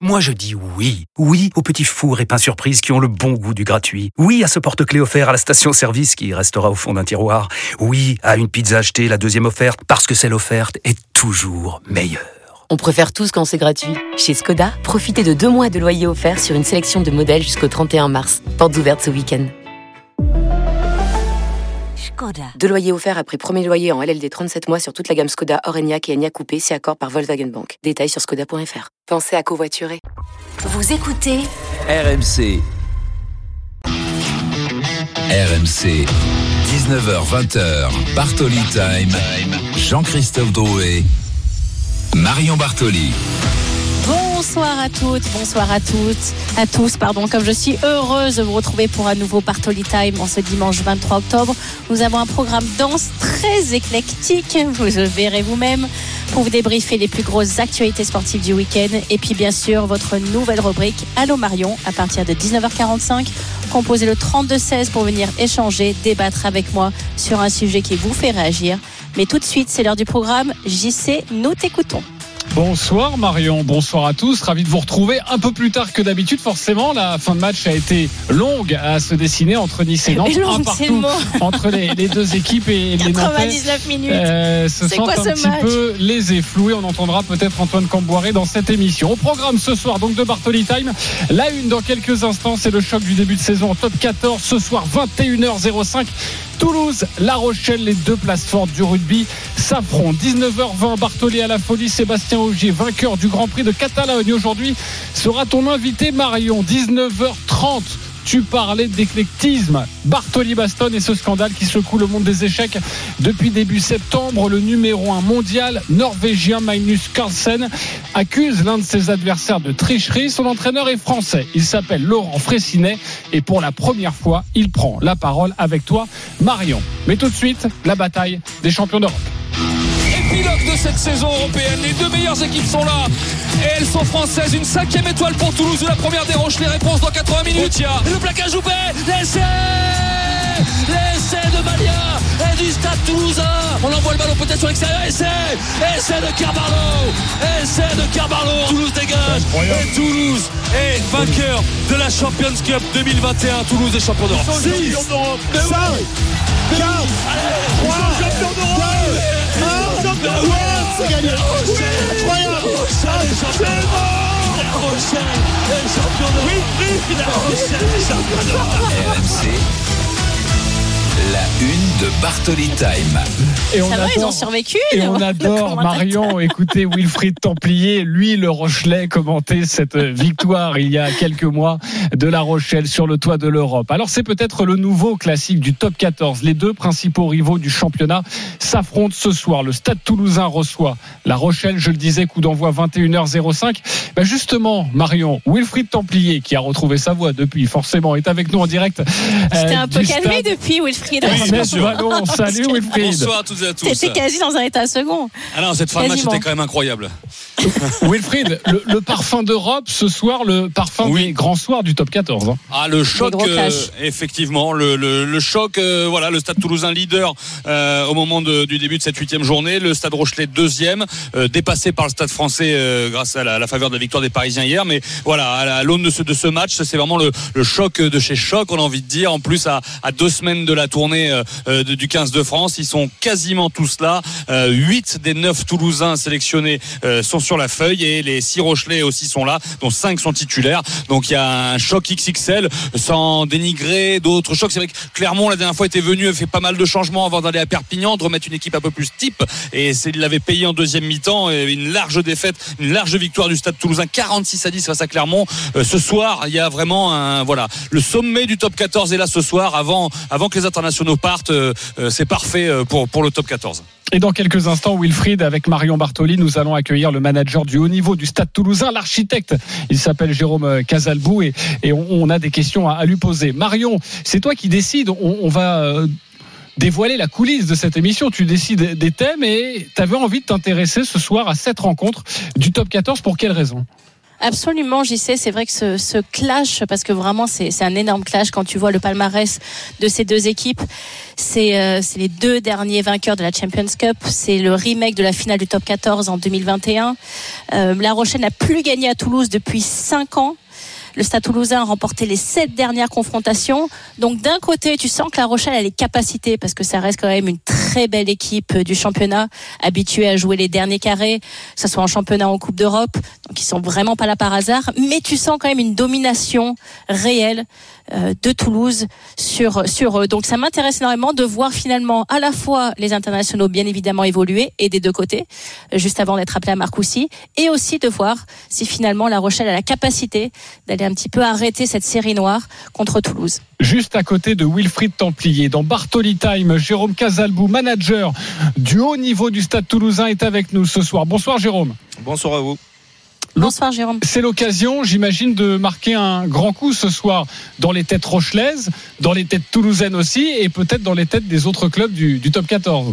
Moi je dis oui. Oui aux petits fours et pains surprises qui ont le bon goût du gratuit. Oui à ce porte-clés offert à la station-service qui restera au fond d'un tiroir. Oui à une pizza achetée, la deuxième offerte, parce que celle offerte est toujours meilleure. On préfère tous quand c'est gratuit. Chez Skoda, profitez de 2 mois de loyer offert sur une sélection de modèles jusqu'au 31 mars. Portes ouvertes ce week-end. 2 loyers offerts après premier loyer en LLD 37 mois sur toute la gamme Skoda, Orenia et Enyaq Coupé, si accord par Volkswagen Bank. Détails sur skoda.fr. Pensez à covoiturer. Vous écoutez RMC. RMC, 19h-20h, Bartoli Time, Jean-Christophe Drouet, Marion Bartoli. Bonsoir à toutes, bonsoir à tous, comme je suis heureuse de vous retrouver pour un nouveau Bartoli Time en ce dimanche 23 octobre. Nous avons un programme dense, très éclectique, vous le verrez vous-même, pour vous débriefer les plus grosses actualités sportives du week-end. Et puis bien sûr, votre nouvelle rubrique Allô Marion, à partir de 19h45. Composez le 32-16 pour venir échanger, débattre avec moi sur un sujet qui vous fait réagir. Mais tout de suite, c'est l'heure du programme. JC, nous t'écoutons. Bonsoir Marion, bonsoir à tous, ravi de vous retrouver un peu plus tard que d'habitude. Forcément, la fin de match a été longue à se dessiner entre Nice et Nantes, un partout entre les deux équipes et les Nantais. 99 minutes. Se sentent un petit peu lésés, floués. On entendra peut-être Antoine Camboiré dans cette émission. Au programme ce soir donc de Bartoli Time, la une dans quelques instants, c'est le choc du début de saison en top 14. Ce soir 21h05, Toulouse, La Rochelle, les deux places fortes du rugby s'affrontent. 19h20, Bartoli à la folie, Sébastien Ogier, vainqueur du Grand Prix de Catalogne aujourd'hui, sera ton invité Marion. 19h30, tu parlais d'éclectisme. Bartoli Baston et ce scandale qui secoue le monde des échecs depuis début septembre. Le numéro 1 mondial norvégien Magnus Carlsen accuse l'un de ses adversaires de tricherie. Son entraîneur est français. Il s'appelle Laurent Fraissinet et pour la première fois, il prend la parole avec toi, Marion. Mais tout de suite, la bataille des champions d'Europe. Épilogue de cette saison européenne, les deux meilleures équipes sont là et elles sont françaises. Une 5e étoile pour Toulouse, la première des Roches, les réponses dans 80 minutes. Le plaquage loupé, l'essai de Malia et du Stade Toulousain. On envoie le ballon peut-être sur l'extérieur. Essai de Carbarlo. Toulouse dégage et Toulouse est vainqueur de la Champions Cup 2021. Toulouse est champion d'Europe. 6 champions d'Europe. 5 4 3 champions d'Europe. C'est gagné. Incroyable. La Rochelle est champion d'Europe. RMC, la une de Bartoli Time. Et ça va, ils ont survécu. Et on adore Marion écouter Wilfried Templier, lui le Rochelais, commenter cette victoire il y a quelques mois de La Rochelle sur le toit de l'Europe. Alors c'est peut-être le nouveau classique du top 14. Les deux principaux rivaux du championnat s'affrontent ce soir. Le Stade Toulousain reçoit La Rochelle, je le disais, coup d'envoi 21h05. Justement Marion, Wilfried Templier qui a retrouvé sa voix depuis, forcément est avec nous en direct. J'étais un peu calmé depuis Wilfried. Salut Wilfried. Bonsoir à toutes et à tous. T'étais quasi dans un état second. Ah non, cette fin de match était quand même incroyable. Wilfried, le parfum d'Europe ce soir, le parfum des grands soirs du top 14. Ah, le choc, effectivement, le choc, voilà, le Stade Toulousain leader au moment du début de cette 8e journée, le Stade Rochelais 2e, dépassé par le Stade Français grâce à la faveur de la victoire des Parisiens hier, mais voilà, à l'aune de ce match, c'est vraiment le choc de chez choc, on a envie de dire. En plus, à 2 semaines de la tournée du 15 de France, ils sont quasiment tous là. 8 des 9 Toulousains sélectionnés sont sur la feuille et les 6 Rochelais aussi sont là, dont 5 sont titulaires. Donc il y a un choc XXL, sans dénigrer d'autres chocs. C'est vrai que Clermont la dernière fois était venu, fait pas mal de changements avant d'aller à Perpignan, de remettre une équipe un peu plus type, et il l'avait payé en deuxième mi-temps. Et une large défaite, une large victoire du Stade Toulousain, 46-10 face à Clermont. Ce soir, il y a vraiment le sommet du top 14 est là ce soir, avant que les internationaux partent. C'est parfait pour le top 14. Et dans quelques instants, Wilfried, avec Marion Bartoli, nous allons accueillir le manager du haut niveau du Stade Toulousain, l'architecte. Il s'appelle Jérôme Casalbou et on a des questions à lui poser. Marion, c'est toi qui décides. On va dévoiler la coulisse de cette émission. Tu décides des thèmes et tu avais envie de t'intéresser ce soir à cette rencontre du top 14. Pour quelle raison ? Absolument, JC, c'est vrai que ce clash, parce que vraiment c'est un énorme clash quand tu vois le palmarès de ces deux équipes. C'est les deux derniers vainqueurs de la Champions Cup, c'est le remake de la finale du Top 14 en 2021. La Rochelle n'a plus gagné à Toulouse depuis 5 ans. Le Stade Toulousain a remporté les 7 dernières confrontations. Donc d'un côté, tu sens que La Rochelle a les capacités, parce que ça reste quand même une très belle équipe du championnat, habituée à jouer les derniers carrés, que ce soit en championnat ou en Coupe d'Europe. Donc ils sont vraiment pas là par hasard. Mais tu sens quand même une domination réelle de Toulouse sur eux. Donc ça m'intéresse énormément de voir finalement à la fois les internationaux bien évidemment évoluer, et des deux côtés, juste avant d'être appelé à Marcoussis, et aussi de voir si finalement La Rochelle a la capacité d'aller un petit peu arrêter cette série noire contre Toulouse. Juste à côté de Wilfried Templier, dans Bartoli Time, Jérôme Casalbou, manager du haut niveau du Stade Toulousain, est avec nous ce soir. Bonsoir Jérôme. Bonsoir à vous. Bonsoir Jérôme. C'est l'occasion, j'imagine, de marquer un grand coup ce soir dans les têtes rochelaises, dans les têtes toulousaines aussi, et peut-être dans les têtes des autres clubs du Top 14.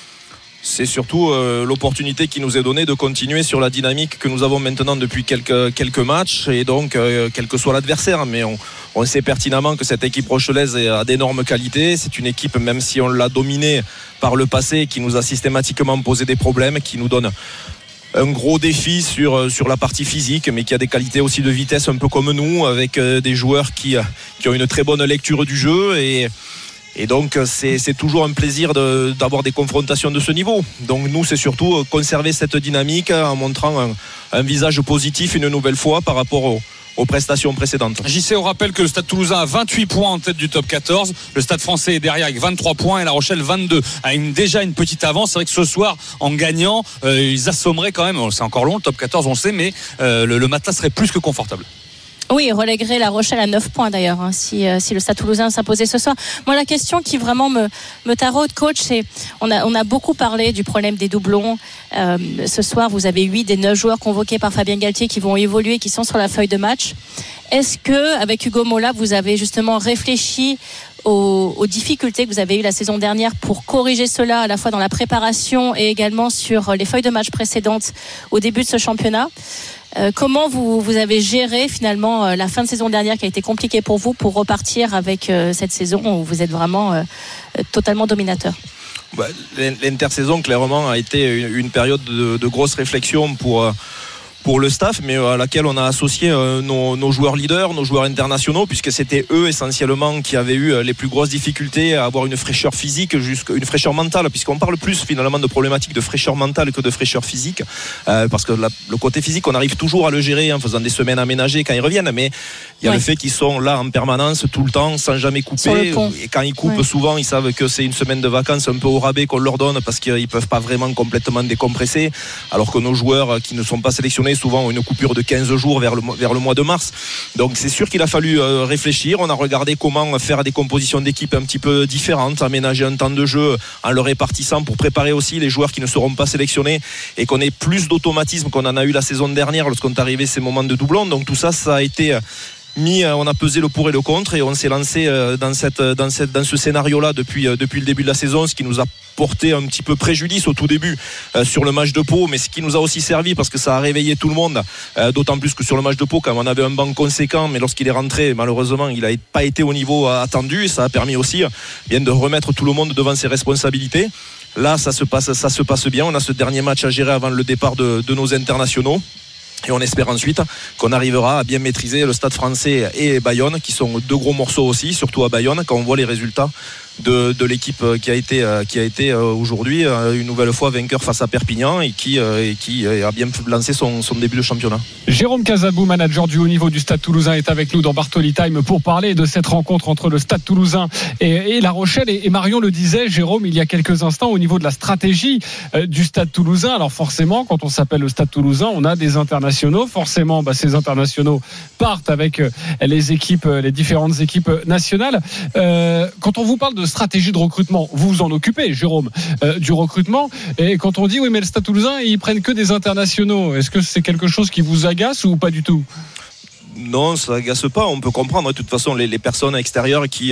C'est surtout l'opportunité qui nous est donnée de continuer sur la dynamique que nous avons maintenant depuis quelques matchs, et donc quel que soit l'adversaire, mais on sait pertinemment que cette équipe rochelaise a d'énormes qualités. C'est une équipe, même si on l'a dominée par le passé, qui nous a systématiquement posé des problèmes, qui nous donne un gros défi sur la partie physique, mais qui a des qualités aussi de vitesse un peu comme nous, avec des joueurs qui ont une très bonne lecture du jeu, et donc c'est toujours un plaisir d'avoir des confrontations de ce niveau. Donc nous, c'est surtout conserver cette dynamique en montrant un visage positif une nouvelle fois par rapport aux prestations précédentes. JC, on rappelle que le Stade Toulousain a 28 points en tête du Top 14. Le Stade Français est derrière avec 23 points, et La Rochelle 22, a déjà une petite avance. C'est vrai que ce soir, en gagnant, ils assommeraient quand même, c'est encore long le Top 14 on le sait, mais le matelas serait plus que confortable. Oui, relèguerait La Rochelle à 9 points d'ailleurs, si le Stade Toulousain s'imposait ce soir. Moi, la question qui vraiment me taraude, coach, c'est on a beaucoup parlé du problème des doublons. Ce soir, vous avez 8 des 9 joueurs convoqués par Fabien Galtier qui vont évoluer, qui sont sur la feuille de match. Est-ce que, avec Hugo Mola, vous avez justement réfléchi aux difficultés que vous avez eues la saison dernière pour corriger cela, à la fois dans la préparation et également sur les feuilles de match précédentes au début de ce championnat? Comment vous avez géré finalement la fin de saison dernière, qui a été compliquée pour vous, pour repartir avec cette saison où vous êtes vraiment totalement dominateur? L'intersaison clairement a été une période de grosse réflexion pour le staff, mais à laquelle on a associé nos joueurs leaders, nos joueurs internationaux, puisque c'était eux essentiellement qui avaient eu les plus grosses difficultés à avoir une fraîcheur physique, une fraîcheur mentale, puisqu'on parle plus finalement de problématiques de fraîcheur mentale que de fraîcheur physique, parce que le côté physique, on arrive toujours à le gérer en faisant des semaines aménagées quand ils reviennent, mais il y a le fait qu'ils sont là en permanence tout le temps sans jamais couper, et quand ils coupent souvent ils savent que c'est une semaine de vacances un peu au rabais qu'on leur donne, parce qu'ils peuvent pas vraiment complètement décompresser, alors que nos joueurs qui ne sont pas sélectionnés souvent ont une coupure de 15 jours vers le mois de mars. Donc c'est sûr qu'il a fallu réfléchir. On a regardé comment faire des compositions d'équipe un petit peu différentes, aménager un temps de jeu en le répartissant pour préparer aussi les joueurs qui ne seront pas sélectionnés, et qu'on ait plus d'automatisme qu'on en a eu la saison dernière lorsqu'on est arrivé ces moments de doublons. Donc tout ça a été on a pesé le pour et le contre, et on s'est lancé dans ce scénario-là depuis le début de la saison, ce qui nous a porté un petit peu préjudice au tout début sur le match de Pau, mais ce qui nous a aussi servi parce que ça a réveillé tout le monde, d'autant plus que sur le match de Pau, quand on avait un banc conséquent, mais lorsqu'il est rentré, malheureusement il n'a pas été au niveau attendu, et ça a permis aussi bien de remettre tout le monde devant ses responsabilités. Là ça se passe bien. On a ce dernier match à gérer avant le départ de nos internationaux, et on espère ensuite qu'on arrivera à bien maîtriser le Stade Français et Bayonne, qui sont deux gros morceaux aussi, surtout à Bayonne, quand on voit les résultats de l'équipe qui a été aujourd'hui une nouvelle fois vainqueur face à Perpignan, et qui a bien lancé son début de championnat. Jérôme Casalbou, manager du haut niveau du Stade Toulousain, est avec nous dans Bartoli Time pour parler de cette rencontre entre le Stade Toulousain et La Rochelle. Et Marion le disait, Jérôme, il y a quelques instants, au niveau de la stratégie du Stade Toulousain. Alors forcément, quand on s'appelle le Stade Toulousain, on a des internationaux. Forcément, ces internationaux partent avec les différentes équipes nationales. Quand on vous parle de stratégie de recrutement, vous vous en occupez, Jérôme, du recrutement, et quand on dit oui mais le Stade Toulousain ils prennent que des internationaux, est-ce que c'est quelque chose qui vous agace ou pas du tout? Non, ça agace pas. On peut comprendre de toute façon les personnes extérieures qui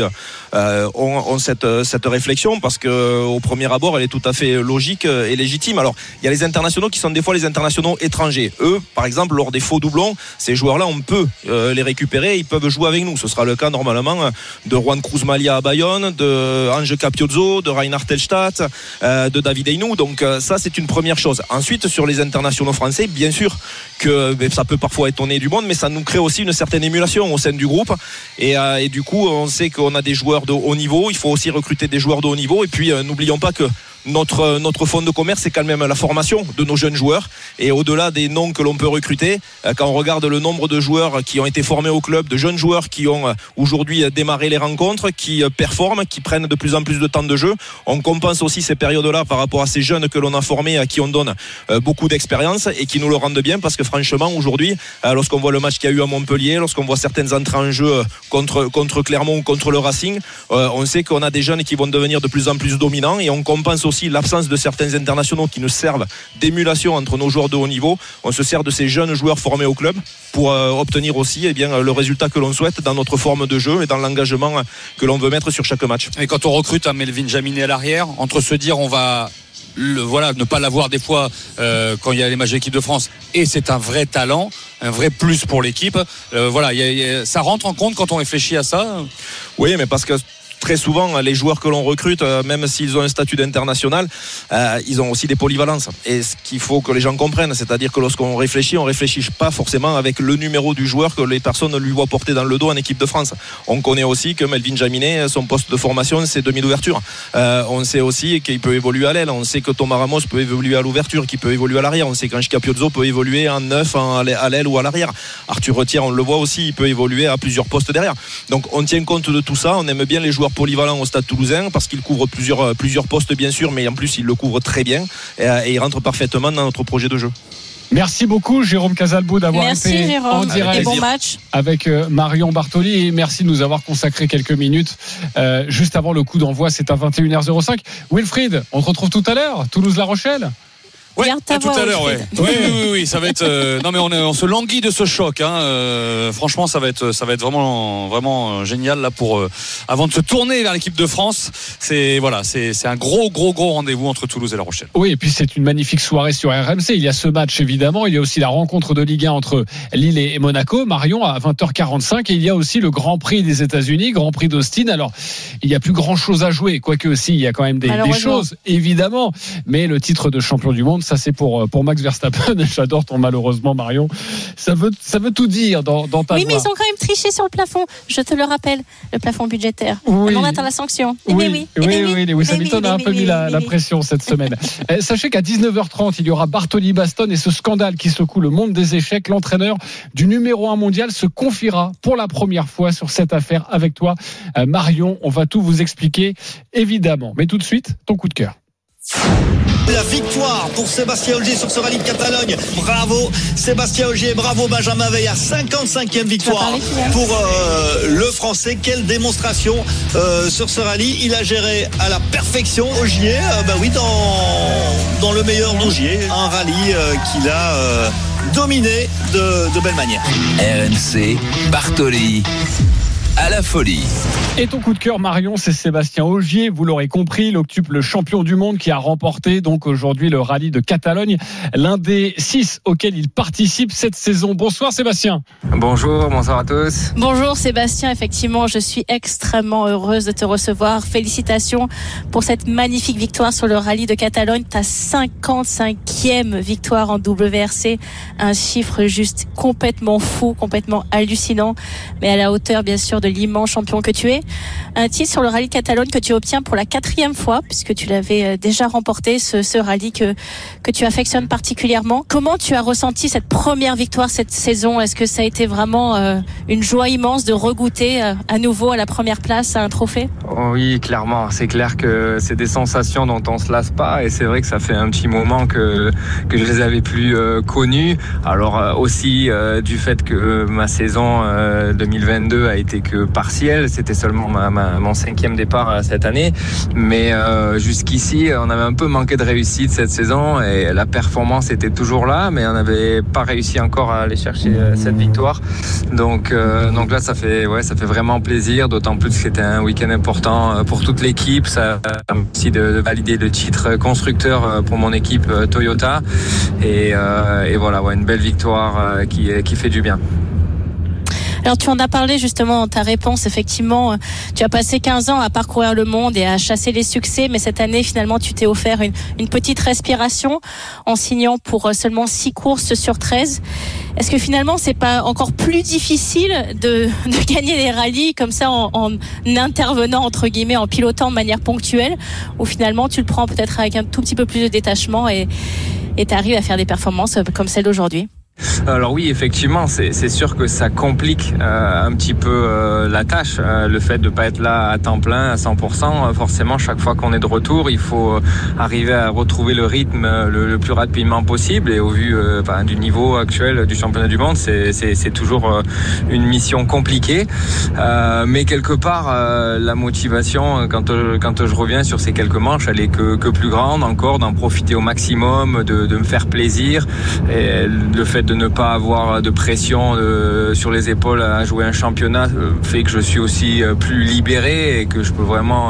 ont cette réflexion, parce que au premier abord, elle est tout à fait logique et légitime. Alors, il y a les internationaux qui sont des fois les internationaux étrangers. Eux, par exemple, lors des faux doublons, ces joueurs-là, on peut les récupérer. Ils peuvent jouer avec nous. Ce sera le cas normalement de Juan Cruz Malia à Bayonne, de Ange Capiozzo, de Reinhard Tellstadt, de David Eynou. Donc ça, c'est une première chose. Ensuite, sur les internationaux français, bien sûr que ça peut parfois étonner du monde, mais ça nous crée aussi une certaine émulation au sein du groupe. Et du coup, on sait qu'on a des joueurs de haut niveau. Il faut aussi recruter des joueurs de haut niveau. Et puis, n'oublions pas que notre fonds de commerce, c'est quand même la formation de nos jeunes joueurs. Et au-delà des noms que l'on peut recruter, quand on regarde le nombre de joueurs qui ont été formés au club, de jeunes joueurs qui ont aujourd'hui démarré les rencontres, qui performent, qui prennent de plus en plus de temps de jeu, on compense aussi ces périodes-là par rapport à ces jeunes que l'on a formés, à qui on donne beaucoup d'expérience et qui nous le rendent bien, parce que franchement, aujourd'hui, lorsqu'on voit le match qu'il y a eu à Montpellier, lorsqu'on voit certaines entrées en jeu contre Clermont ou contre le Racing, on sait qu'on a des jeunes qui vont devenir de plus en plus dominants, et on compense aussi l'absence de certains internationaux qui nous servent d'émulation entre nos joueurs de haut niveau. On se sert de ces jeunes joueurs formés au club pour obtenir aussi le résultat que l'on souhaite dans notre forme de jeu et dans l'engagement que l'on veut mettre sur chaque match. Et quand on recrute un Melvin Jaminet à l'arrière, entre se dire on va ne pas l'avoir des fois quand il y a les matchs d'équipe de France, et c'est un vrai talent, un vrai plus pour l'équipe, ça rentre en compte quand on réfléchit à ça. Oui, mais parce que très souvent, les joueurs que l'on recrute, même s'ils ont un statut d'international, ils ont aussi des polyvalences. Et ce qu'il faut que les gens comprennent, c'est-à-dire que lorsqu'on réfléchit, on ne réfléchit pas forcément avec le numéro du joueur que les personnes lui voient porter dans le dos en équipe de France. On connaît aussi que Melvin Jaminet, son poste de formation, c'est demi d'ouverture. On sait aussi qu'il peut évoluer à l'aile. On sait que Thomas Ramos peut évoluer à l'ouverture, qu'il peut évoluer à l'arrière. On sait qu'Ange Capiozzo peut évoluer en neuf, à l'aile ou à l'arrière. Arthur Retière, on le voit aussi, il peut évoluer à plusieurs postes derrière. Donc on tient compte de tout ça. On aime bien les joueurs polyvalent au Stade Toulousain, parce qu'il couvre plusieurs postes bien sûr, mais en plus il le couvre très bien, et il rentre parfaitement dans notre projet de jeu. Merci beaucoup Jérôme Casalbou d'avoir été Jérôme. en direct bon match avec Marion Bartoli, et merci de nous avoir consacré quelques minutes juste avant le coup d'envoi. C'est à 21h05. Wilfried, on te retrouve tout à l'heure, Toulouse-La Rochelle. Ouais, à tout à l'heure, ouais. Oui, ça va être. Non, mais on se languit de ce choc. Franchement, ça va être vraiment génial là pour avant de se tourner vers l'équipe de France. C'est un gros rendez-vous entre Toulouse et La Rochelle. Oui, et puis c'est une magnifique soirée sur RMC. Il y a ce match évidemment. Il y a aussi la rencontre de Ligue 1 entre Lille et Monaco, Marion, à 20h45. Et il y a aussi le Grand Prix des États-Unis, Grand Prix d'Austin. Alors, il n'y a plus grand-chose à jouer, quoique aussi il y a quand même des choses évidemment. Mais le titre de champion du monde, ça c'est pour Max Verstappen. J'adore ton malheureusement, Marion. Ça veut tout dire dans ta Oui, voix. mais ils ont quand même triché sur le plafond. Je te le rappelle, le plafond budgétaire. Oui. On attend la sanction. Oui, Lewis Hamilton a un peu mis la pression cette semaine. Sachez qu'à 19h30, il y aura Bartoli Baston, et ce scandale qui secoue le monde des échecs, l'entraîneur du numéro 1 mondial se confiera pour la première fois sur cette affaire avec toi, Marion. On va tout vous expliquer évidemment. Mais tout de suite, ton coup de cœur. La victoire pour Sébastien Ogier sur ce rallye de Catalogne. Bravo Sébastien Ogier, bravo Benjamin Veillard. 55e victoire pour le Français. Quelle démonstration sur ce rallye. Il a géré à la perfection Ogier, dans le meilleur d'Ogier. Un rallye qu'il a dominé de belle manière. RMC, Bartoli à la folie. Et ton coup de cœur, Marion, c'est Sébastien Ogier. Vous l'aurez compris, l'octuple champion du monde qui a remporté donc aujourd'hui le rallye de Catalogne, l'un des 6 auxquels il participe cette saison. Bonsoir Sébastien. Bonsoir à tous. Bonjour Sébastien, effectivement, je suis extrêmement heureuse de te recevoir. Félicitations pour cette magnifique victoire sur le rallye de Catalogne. Ta 55e victoire en WRC, un chiffre juste complètement fou, complètement hallucinant, mais à la hauteur bien sûr de l'immense champion que tu es. Un titre sur le rallye de Catalogne que tu obtiens pour la 4e fois, puisque tu l'avais déjà remporté, ce rallye que tu affectionnes particulièrement. Comment tu as ressenti cette première victoire cette saison? Est-ce que ça a été vraiment une joie immense de regoûter à nouveau à la première place à un trophée? Oui, clairement. C'est clair que c'est des sensations dont on se lasse pas, et c'est vrai que ça fait un petit moment que je les avais plus connues. Alors aussi du fait que ma saison 2022 a été que partielle, c'était seulement mon 5e départ cette année, mais jusqu'ici on avait un peu manqué de réussite cette saison, et la performance était toujours là, mais on n'avait pas réussi encore à aller chercher cette victoire. victoire. Donc là, ça fait vraiment plaisir, d'autant plus que c'était un week-end important pour toute l'équipe. Ça permet aussi de valider le titre constructeur pour mon équipe Toyota. Et voilà, une belle victoire qui fait du bien. Alors tu en as parlé justement dans ta réponse, effectivement, tu as passé 15 ans à parcourir le monde et à chasser les succès, mais cette année finalement tu t'es offert une petite respiration en signant pour seulement 6 courses sur 13. Est-ce que finalement c'est pas encore plus difficile de gagner les rallyes comme ça en intervenant entre guillemets, en pilotant de manière ponctuelle, ou finalement tu le prends peut-être avec un tout petit peu plus de détachement et tu arrives à faire des performances comme celle d'aujourd'hui? Alors oui, effectivement, c'est sûr que ça complique un petit peu la tâche, le fait de pas être là à temps plein, à 100%. Forcément, chaque fois qu'on est de retour, il faut arriver à retrouver le rythme le plus rapidement possible. Et au vu du niveau actuel du championnat du monde, c'est toujours une mission compliquée. Mais quelque part, la motivation, quand je reviens sur ces quelques manches, elle est que plus grande encore, d'en profiter au maximum, de me faire plaisir. Et le fait de ne pas avoir de pression sur les épaules à jouer un championnat fait que je suis aussi plus libéré et que je peux vraiment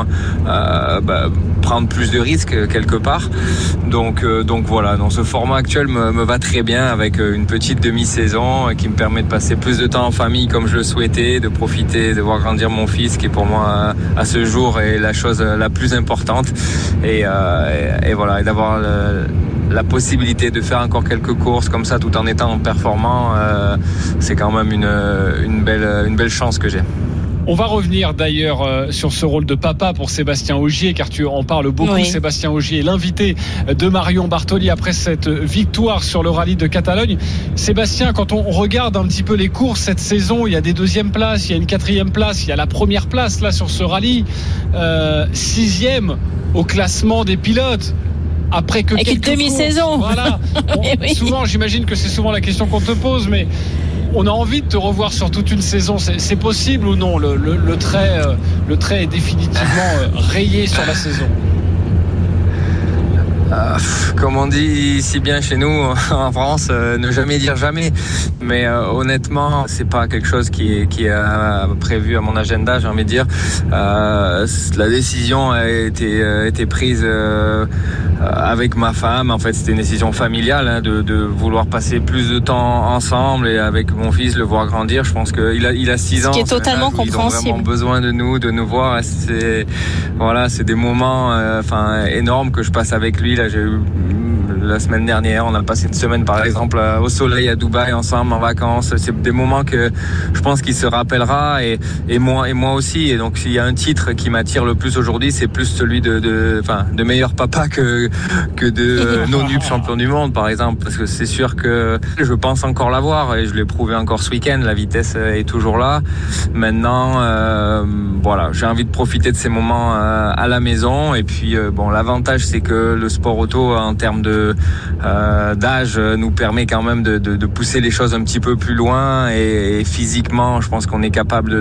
prendre plus de risques quelque part. Donc voilà, ce format actuel me va très bien, avec une petite demi-saison qui me permet de passer plus de temps en famille comme je le souhaitais, de profiter, de voir grandir mon fils, qui pour moi à ce jour est la chose la plus importante, et voilà, et d'avoir la possibilité de faire encore quelques courses comme ça tout en étant performant, c'est quand même une belle chance que j'ai. On va revenir d'ailleurs sur ce rôle de papa pour Sébastien Ogier, car tu en parles beaucoup. Oui. Sébastien Ogier est l'invité de Marion Bartoli après cette victoire sur le rallye de Catalogne. Sébastien, quand on regarde un petit peu les courses cette saison, il y a des 2e places, il y a une 4e place, il y a la première place là sur ce rallye, 6e au classement des pilotes. Après que quelques demi-saison. Voilà. Oui. Souvent, j'imagine que c'est souvent la question qu'on te pose, mais on a envie de te revoir sur toute une saison. C'est possible ou non? Le trait est définitivement rayé sur la saison. Comme on dit si bien chez nous en France, ne jamais dire jamais. Mais honnêtement, c'est pas quelque chose qui est prévu à mon agenda, j'ai envie de dire. La décision a été prise avec ma femme. En fait, c'était une décision familiale, de vouloir passer plus de temps ensemble, et avec mon fils, le voir grandir. Je pense qu'il a 6 ans. Ce qui est totalement compréhensible. Ils ont vraiment besoin de nous voir. C'est des moments énormes que je passe avec lui. Là, la semaine dernière, on a passé une semaine par exemple au soleil à Dubaï ensemble en vacances. C'est des moments que je pense qu'il se rappellera, et moi aussi. Et donc s'il y a un titre qui m'attire le plus aujourd'hui, c'est plus celui de meilleur papa que de non-nub champion du monde par exemple, parce que c'est sûr que je pense encore l'avoir, et je l'ai prouvé encore ce week-end. La vitesse est toujours là. Maintenant, voilà, j'ai envie de profiter de ces moments à la maison. Et puis l'avantage, c'est que le sport auto, en termes d'âge, nous permet quand même de pousser les choses un petit peu plus loin, et physiquement, je pense qu'on est capable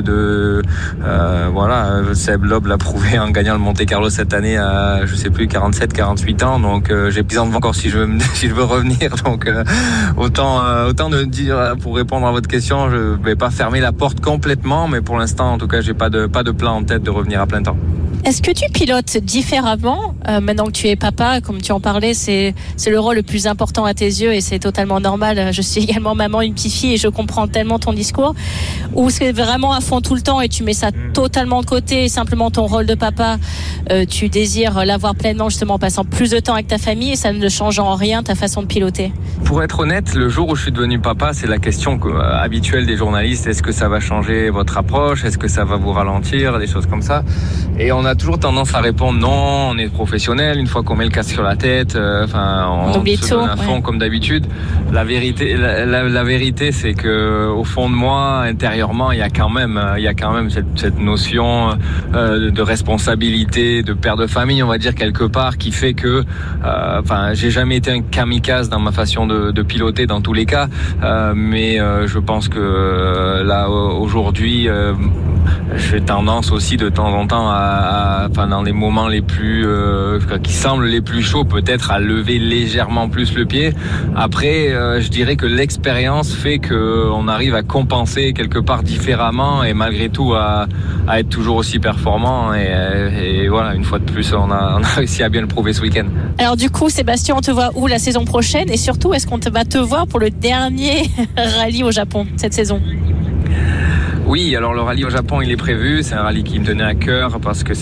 Seb Loeb l'a prouvé en gagnant le Monte Carlo cette année à 47-48 ans. Donc j'ai plus envie encore si je veux revenir. Donc autant de dire, pour répondre à votre question, je vais pas fermer la porte complètement, mais pour l'instant, en tout cas, j'ai pas de plan en tête de revenir à plein temps. Est-ce que tu pilotes différemment maintenant que tu es papa? Comme tu en parlais, c'est le rôle le plus important à tes yeux, et c'est totalement normal. Je suis également maman, une petite fille, et je comprends tellement ton discours. Ou c'est vraiment à fond tout le temps et tu mets ça totalement de côté, et simplement ton rôle de papa, tu désires l'avoir pleinement, justement en passant plus de temps avec ta famille, et ça ne change en rien ta façon de piloter? Pour être honnête, le jour où je suis devenu papa, c'est la question habituelle des journalistes. Est-ce que ça va changer votre approche? Est-ce que ça va vous ralentir? Des choses comme ça. Et on a toujours tendance à répondre non, on est professionnel, une fois qu'on met le casque sur la tête, on se donne à fond comme d'habitude. La vérité, c'est que au fond de moi, intérieurement, il y a quand même cette notion de responsabilité, de père de famille, on va dire, quelque part, qui fait que j'ai jamais été un kamikaze dans ma façon de piloter dans tous les cas, mais je pense que là aujourd'hui, j'ai tendance aussi de temps en temps à dans les moments les plus qui semblent les plus chauds, peut-être à lever légèrement plus le pied. Après, je dirais que l'expérience fait que on arrive à compenser quelque part différemment et malgré tout à être toujours aussi performant. Et voilà, une fois de plus, on a réussi à bien le prouver ce week-end. Alors du coup, Sébastien, on te voit où la saison prochaine et surtout, est-ce qu'on va te voir pour le dernier rallye au Japon cette saison ? Oui, alors le rallye au Japon, il est prévu. C'est un rallye qui me tenait à cœur parce que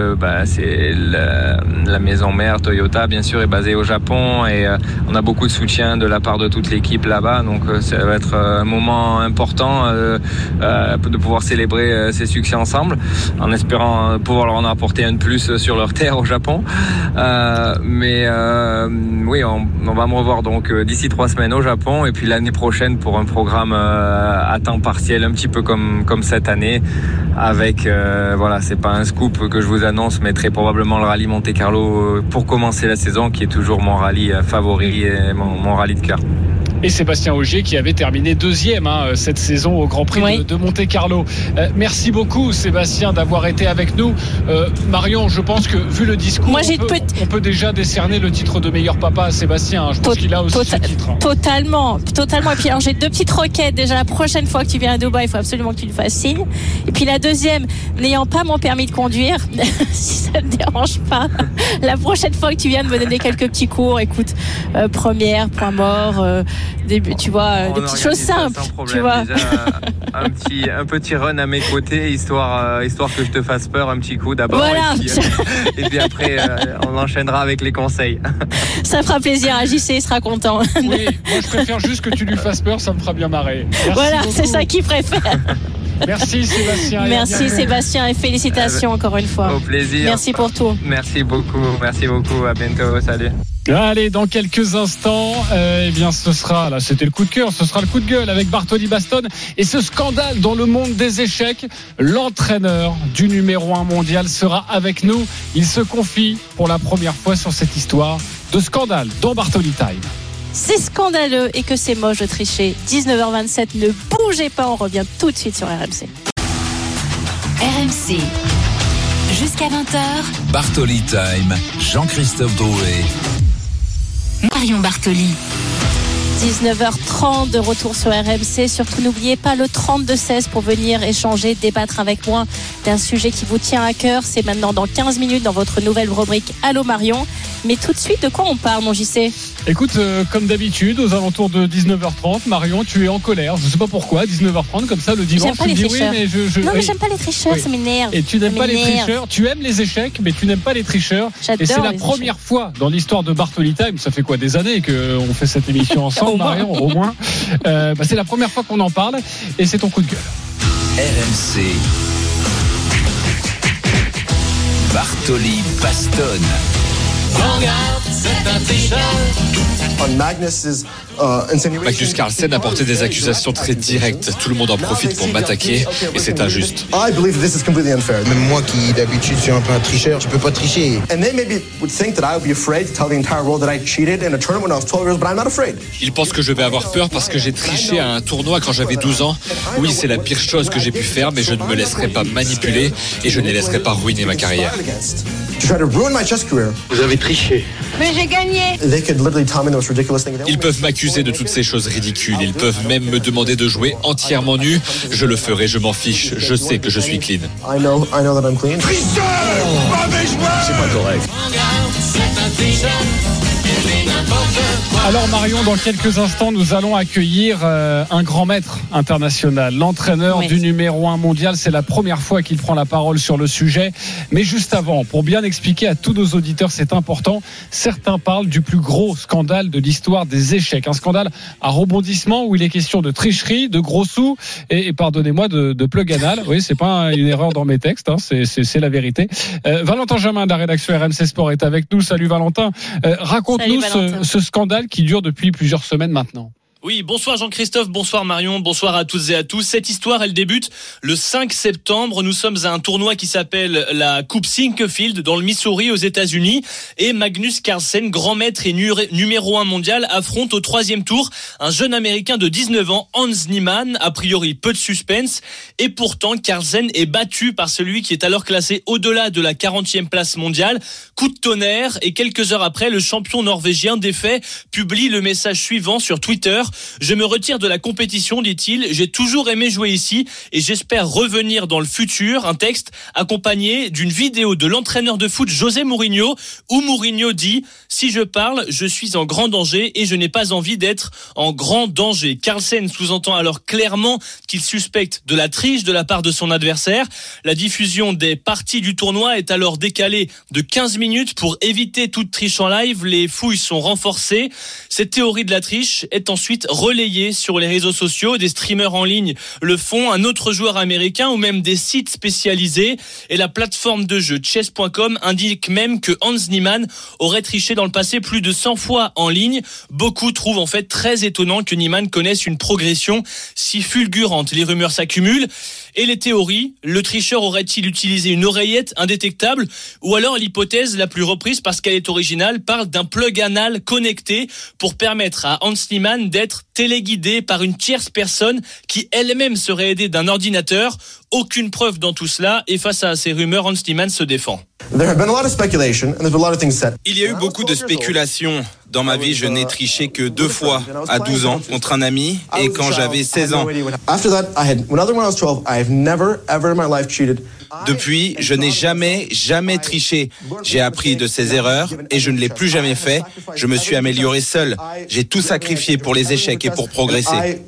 la maison mère Toyota, bien sûr, est basée au Japon et on a beaucoup de soutien de la part de toute l'équipe là-bas. Donc ça va être un moment important de pouvoir célébrer ces succès ensemble, en espérant pouvoir leur en apporter un de plus sur leur terre au Japon. Oui, on va me revoir donc d'ici 3 semaines au Japon et puis l'année prochaine pour un programme à temps partiel, un petit peu comme cette année avec c'est pas un scoop que je vous annonce, mais très probablement le rallye Monte-Carlo pour commencer la saison, qui est toujours mon rallye favori et mon rallye de cœur. Et Sébastien Ogier qui avait terminé 2e cette saison au Grand Prix de Monte-Carlo. Merci beaucoup Sébastien d'avoir été avec nous. Marion, je pense que vu le discours, on peut déjà décerner le titre de meilleur papa à Sébastien. Je pense qu'il a aussi ce titre. Totalement. Et puis alors, j'ai 2 petites requêtes. Déjà, la prochaine fois que tu viens à Dubaï, il faut absolument que tu le fasses signe. Et puis la deuxième, n'ayant pas mon permis de conduire, si ça ne te dérange pas, la prochaine fois que tu viens de me donner quelques petits cours, écoute, première, point mort, début, tu vois, des petites choses simples, tu vois. Déjà, un petit run à mes côtés, histoire que je te fasse peur un petit coup d'abord. Voilà. Et puis après, on enchaînera avec les conseils. Ça fera plaisir à JC, il sera content. Oui, moi je préfère juste que tu lui fasses peur, ça me fera bien marrer. Voilà, c'est ça qu'il préfère. Merci Sébastien. Merci Sébastien et félicitations encore une fois. Au plaisir. Merci pour tout. Merci beaucoup, à bientôt, salut. Allez, dans quelques instants, ce sera, là c'était le coup de cœur, ce sera le coup de gueule avec Bartoli Baston et ce scandale dans le monde des échecs. L'entraîneur du numéro 1 mondial sera avec nous. Il se confie pour la première fois sur cette histoire de scandale dans Bartoli Time. C'est scandaleux et que c'est moche de tricher. 19h27, ne bougez pas, on revient tout de suite sur RMC. RMC, jusqu'à 20h. Bartoli Time, Jean-Christophe Drouet. Marion Bartoli. 19h30 de retour sur RMC. Surtout n'oubliez pas le 32-16 pour venir échanger, débattre avec moi d'un sujet qui vous tient à cœur. C'est maintenant dans 15 minutes dans votre nouvelle rubrique Allô Marion. Mais tout de suite, de quoi on parle, mon JC ? Écoute, comme d'habitude, aux alentours de 19h30, Marion, tu es en colère. Je ne sais pas pourquoi, 19h30, comme ça, le dimanche. J'aime pas les tricheurs. Non, mais j'aime pas les tricheurs, ça m'énerve. Et tu n'aimes pas les tricheurs. Tu aimes les échecs, mais tu n'aimes pas les tricheurs. J'adore. Et c'est la première fois dans l'histoire de Bartoli Time, ça fait quoi, des années qu'on fait cette émission ensemble, Marion, au moins. C'est la première fois qu'on en parle, et c'est ton coup de gueule. RMC. Bartoli Baston. Regarde, c'est un tricheur. Magnus Carlsen a porté des accusations très directes. Tout le monde en profite pour m'attaquer et c'est injuste. Même moi qui d'habitude suis un peu un tricheur, je peux pas tricher. Ils pensent que je vais avoir peur parce que j'ai triché à un tournoi quand j'avais 12 ans. Oui, c'est la pire chose que j'ai pu faire, mais je ne me laisserai pas manipuler et je ne les laisserai pas ruiner ma carrière. Vous avez triché. Mais j'ai gagné. Ils peuvent m'accuser de toutes ces choses ridicules. Ils peuvent même me demander de jouer entièrement nu. Je le ferai, je m'en fiche. Je sais que je suis clean. C'est pas correct. Alors Marion, dans quelques instants, nous allons accueillir un grand maître international, l'entraîneur du numéro 1 mondial. C'est la première fois qu'il prend la parole sur le sujet. Mais juste avant, pour bien expliquer à tous nos auditeurs, c'est important, certains parlent du plus gros scandale de l'histoire des échecs. Un scandale à rebondissement où il est question de tricherie, de gros sous et pardonnez-moi, de plug anal. Oui, c'est pas une erreur dans mes textes, hein, c'est la vérité. Valentin Jamin de la rédaction RMC Sport est avec nous. Salut Valentin. Raconte-nous ce scandale qui dure depuis plusieurs semaines maintenant. Oui, bonsoir Jean-Christophe, bonsoir Marion, bonsoir à toutes et à tous. Cette histoire, elle débute le 5 septembre. Nous sommes à un tournoi qui s'appelle la Coupe Sinquefield dans le Missouri aux États-Unis. Et Magnus Carlsen, grand maître et numéro 1 mondial, affronte au 3e tour un jeune Américain de 19 ans, Hans Niemann. A priori, peu de suspense. Et pourtant, Carlsen est battu par celui qui est alors classé au-delà de la 40e place mondiale. Coup de tonnerre. Et quelques heures après, le champion norvégien défait publie le message suivant sur Twitter. Je me retire de la compétition, dit-il. J'ai toujours aimé jouer ici et j'espère revenir dans le futur. Un texte accompagné d'une vidéo de l'entraîneur de foot José Mourinho où Mourinho dit « Si je parle, je suis en grand danger et je n'ai pas envie d'être en grand danger ». Carlsen sous-entend alors clairement qu'il suspecte de la triche de la part de son adversaire. La diffusion des parties du tournoi est alors décalée de 15 minutes pour éviter toute triche en live. Les fouilles sont renforcées. Cette théorie de la triche est ensuite relayé sur les réseaux sociaux. Des streamers en ligne le font, un autre joueur américain ou même des sites spécialisés. Et la plateforme de jeu chess.com indique même que Hans Niemann aurait triché dans le passé plus de 100 fois en ligne. Beaucoup trouvent en fait très étonnant que Niemann connaisse une progression si fulgurante. Les rumeurs s'accumulent. Et les théories, le tricheur aurait-il utilisé une oreillette indétectable ou alors l'hypothèse la plus reprise parce qu'elle est originale parle d'un plug anal connecté pour permettre à Hans Niemann d'être téléguidé par une tierce personne qui elle-même serait aidée d'un ordinateur. Aucune preuve dans tout cela et face à ces rumeurs, Hans Niemann se défend. Il y a eu beaucoup de spéculations. Dans ma vie, je n'ai triché que 2 fois, à 12 ans, contre un ami et quand j'avais 16 ans. Depuis, je n'ai jamais triché. J'ai appris de ces erreurs et je ne l'ai plus jamais fait. Je me suis amélioré seul. J'ai tout sacrifié pour les échecs et pour progresser.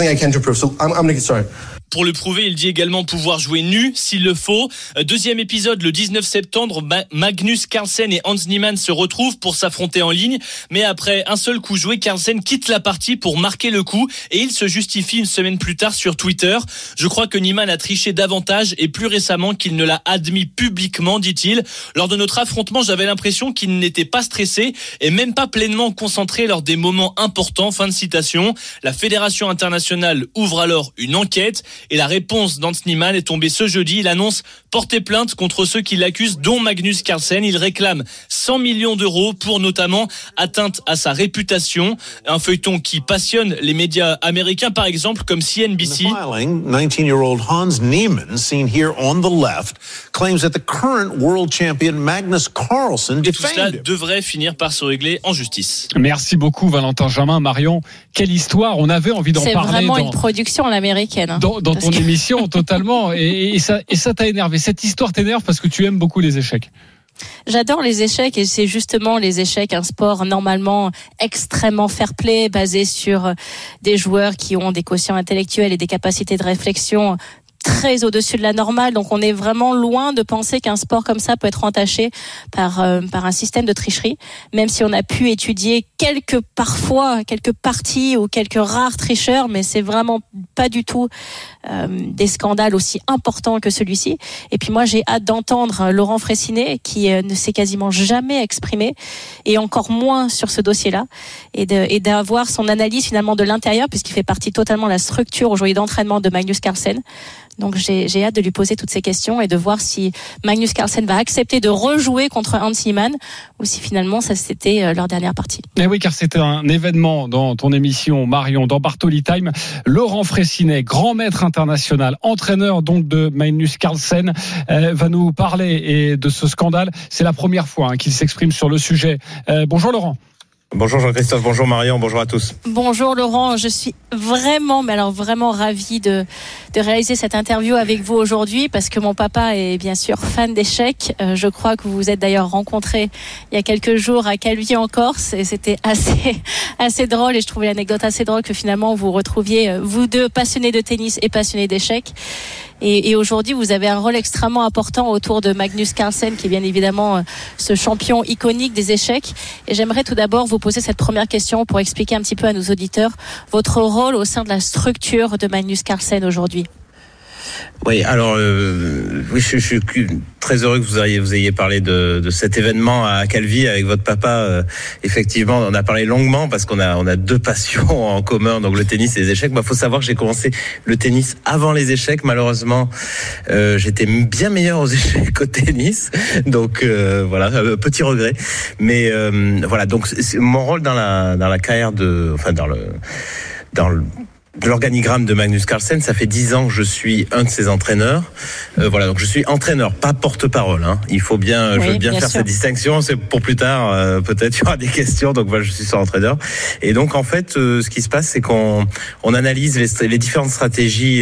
Pour le prouver, il dit également pouvoir jouer nu s'il le faut. Deuxième épisode, le 19 septembre, Magnus Carlsen et Hans Niemann se retrouvent pour s'affronter en ligne. Mais après un seul coup joué, Carlsen quitte la partie pour marquer le coup et il se justifie une semaine plus tard sur Twitter. Je crois que Niemann a triché davantage et plus récemment qu'il ne l'a admis publiquement, dit-il. Lors de notre affrontement, j'avais l'impression qu'il n'était pas stressé et même pas pleinement concentré lors des moments importants. Fin de citation. La Fédération internationale ouvre alors une enquête. Et la réponse d'Hans Niemann est tombée ce jeudi. Il annonce porter plainte contre ceux qui l'accusent, dont Magnus Carlsen. Il réclame 100 millions d'euros pour notamment atteinte à sa réputation. Un feuilleton qui passionne les médias américains, par exemple, comme CNBC. 19-year-old Hans Niemann, seen here on the left, claims that the current world champion Magnus Carlsen et tout cela devrait finir par se régler en justice. Merci beaucoup Valentin Jamin. Marion, quelle histoire, on avait envie d'en parler. C'est vraiment une production à l'américaine. Dans ton émission, totalement. Et ça t'a énervé. Cette histoire t'énerve parce que tu aimes beaucoup les échecs. J'adore les échecs et c'est justement les échecs, un sport normalement extrêmement fair-play, basé sur des joueurs qui ont des quotients intellectuels et des capacités de réflexion très au-dessus de la normale, donc on est vraiment loin de penser qu'un sport comme ça peut être entaché par un système de tricherie, même si on a pu étudier quelques parties ou quelques rares tricheurs, mais c'est vraiment pas du tout des scandales aussi importants que celui-ci. Et puis moi j'ai hâte d'entendre Laurent Fraissinet qui ne s'est quasiment jamais exprimé et encore moins sur ce dossier-là et d'avoir son analyse finalement de l'intérieur puisqu'il fait partie totalement de la structure aujourd'hui d'entraînement de Magnus Carlsen. Donc j'ai hâte de lui poser toutes ces questions et de voir si Magnus Carlsen va accepter de rejouer contre Hans Niemann ou si finalement ça c'était leur dernière partie. Et oui, car c'était un événement dans ton émission Marion, dans Bartoli Time. Laurent Fraissinet, grand maître international, entraîneur donc de Magnus Carlsen, va nous parler de ce scandale. C'est la première fois qu'il s'exprime sur le sujet. Bonjour Laurent. Bonjour Jean-Christophe, bonjour Marion, bonjour à tous. Bonjour Laurent, je suis vraiment ravie de réaliser cette interview avec vous aujourd'hui parce que mon papa est bien sûr fan d'échecs. Je crois que vous vous êtes d'ailleurs rencontrés il y a quelques jours à Calvi en Corse et c'était assez drôle et je trouvais l'anecdote assez drôle que finalement vous retrouviez vous deux passionnés de tennis et passionnés d'échecs. Et aujourd'hui, vous avez un rôle extrêmement important autour de Magnus Carlsen, qui est bien évidemment ce champion iconique des échecs. Et j'aimerais tout d'abord vous poser cette première question pour expliquer un petit peu à nos auditeurs votre rôle au sein de la structure de Magnus Carlsen aujourd'hui. Oui, alors oui, je suis très heureux que vous ayez parlé de cet événement à Calvi avec votre papa. Effectivement, on a parlé longuement parce qu'on a deux passions en commun, donc le tennis et les échecs. Faut savoir que j'ai commencé le tennis avant les échecs. Malheureusement, j'étais bien meilleur aux échecs qu'au tennis, donc voilà, petit regret. Mais voilà, donc mon rôle dans la carrière de l'organigramme de Magnus Carlsen, ça fait 10 ans que je suis un de ses entraîneurs. Voilà, donc je suis entraîneur, pas porte-parole. Il faut bien, je veux bien faire cette distinction. C'est pour plus tard, peut-être il y aura des questions. Donc voilà, je suis son entraîneur. Et donc en fait, ce qui se passe, c'est qu'on analyse les différentes stratégies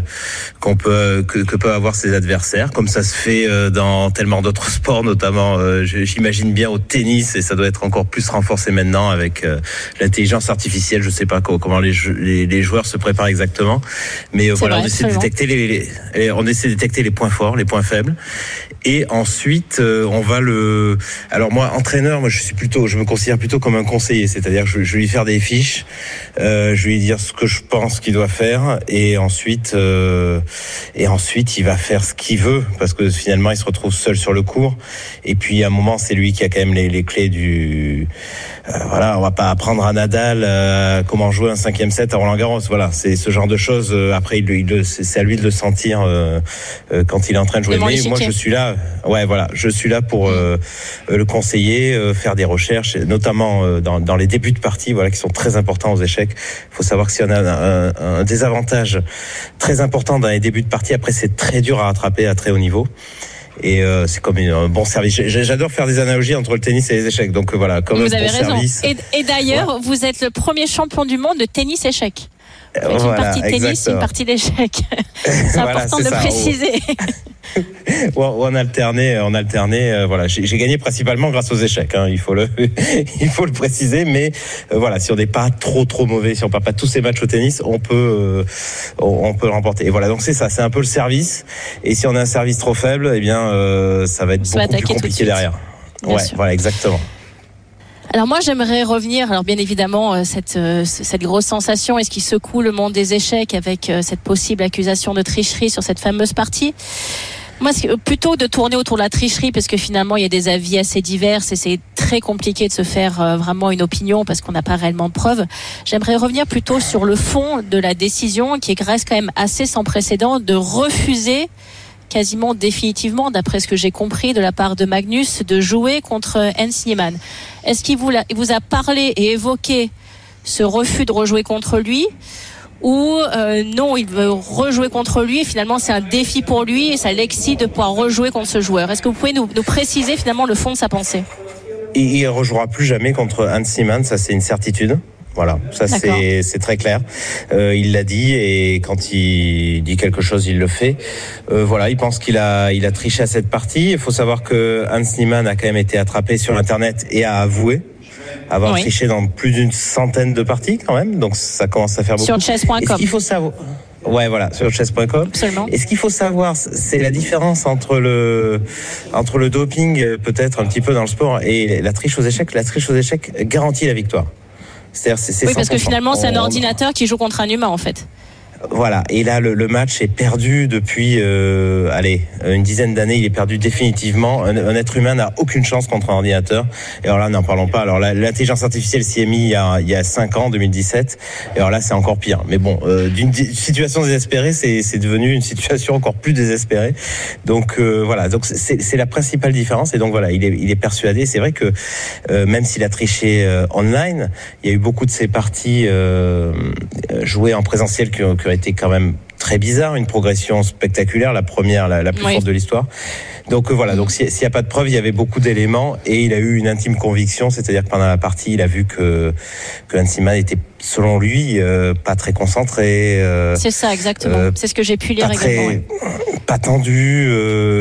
que peuvent avoir ses adversaires, comme ça se fait dans tellement d'autres sports, notamment. J'imagine bien au tennis, et ça doit être encore plus renforcé maintenant avec l'intelligence artificielle. Je sais pas comment les joueurs se préparent exactement, mais voilà, on essaie de détecter on essaie de détecter les points forts, les points faibles, et ensuite on va alors moi, entraîneur, je me considère plutôt comme un conseiller, c'est-à-dire que je vais lui faire des fiches, je vais lui dire ce que je pense qu'il doit faire, et ensuite il va faire ce qu'il veut, parce que finalement il se retrouve seul sur le court, et puis à un moment c'est lui qui a quand même les clés du voilà, on va pas apprendre à Nadal comment jouer un 5e set à Roland-Garros. Voilà, c'est ce genre de choses. Après, c'est à lui de le sentir quand il est en train de jouer. Mais moi, je suis là. Ouais, voilà, je suis là pour le conseiller, faire des recherches, notamment dans les débuts de partie, voilà, qui sont très importants aux échecs. Il faut savoir que si on a un désavantage très important dans les débuts de partie, après, c'est très dur à rattraper à très haut niveau. Et c'est comme un bon service. J'adore faire des analogies entre le tennis et les échecs. Donc voilà, comme vous un avez bon raison. service. Et d'ailleurs, vous êtes le premier champion du monde de tennis-échec. Voilà, une partie tennis, exactement. Une partie d'échecs. C'est important de le préciser. On alternait. Voilà, j'ai gagné principalement grâce aux échecs. Il faut le préciser. Mais voilà, si on n'est pas trop mauvais, si on perd pas tous ces matchs au tennis, on peut le remporter. Et voilà, donc c'est ça, c'est un peu le service. Et si on a un service trop faible, eh bien, ça va être beaucoup plus compliqué derrière. Ouais, voilà, exactement. Alors moi j'aimerais revenir, alors bien évidemment cette grosse sensation et ce qui secoue le monde des échecs avec cette possible accusation de tricherie sur cette fameuse partie. Moi, plutôt de tourner autour de la tricherie, parce que finalement il y a des avis assez divers et c'est très compliqué de se faire vraiment une opinion parce qu'on n'a pas réellement de preuves. J'aimerais revenir plutôt sur le fond de la décision qui reste quand même assez sans précédent de refuser quasiment définitivement, d'après ce que j'ai compris de la part de Magnus, de jouer contre Hans Niemann. Est-ce qu'il vous a parlé et évoqué ce refus de rejouer contre lui, ou non, il veut rejouer contre lui et finalement c'est un défi pour lui et ça l'excite de pouvoir rejouer contre ce joueur? Est-ce que vous pouvez nous préciser finalement le fond de sa pensée? Il ne rejouera plus jamais contre Hans Niemann, ça c'est une certitude. Voilà, ça c'est très clair. Il l'a dit, et quand il dit quelque chose, il le fait. Voilà, il pense qu'il a triché à cette partie. Il faut savoir que Hans Niemann a quand même été attrapé sur Internet et a avoué avoir triché dans plus d'une centaine de parties quand même. Donc ça commence à faire beaucoup. Sur chess.com. Ce qu'il faut savoir. Ouais, voilà, sur chess.com. Absolument. Et ce qu'il faut savoir, c'est la différence entre le doping, peut-être un petit peu dans le sport, et la triche aux échecs. La triche aux échecs garantit la victoire. C'est oui, parce que finalement, c'est un ordinateur qui joue contre un humain, en fait. Voilà, et là le match est perdu depuis une dizaine d'années. Il est perdu définitivement. Un être humain n'a aucune chance contre un ordinateur. Et alors là, n'en parlons pas. Alors l'intelligence artificielle s'y est mise il y a 5 ans, 2017. Et alors là, c'est encore pire. Mais bon, d'une situation désespérée, c'est devenu une situation encore plus désespérée. Donc voilà, donc c'est la principale différence. Et donc voilà, il est persuadé. C'est vrai que même s'il a triché online, il y a eu beaucoup de ces parties jouées en présentiel qui ont été quand même très bizarre, une progression spectaculaire, la première, la plus forte de l'histoire. Donc voilà, donc s'il n'y a pas de preuve, il y avait beaucoup d'éléments et il a eu une intime conviction, c'est-à-dire que pendant la partie, il a vu que Hans Niemann était, selon lui, pas très concentré. C'est ça, exactement. C'est ce que j'ai pu lire également. Pas tendu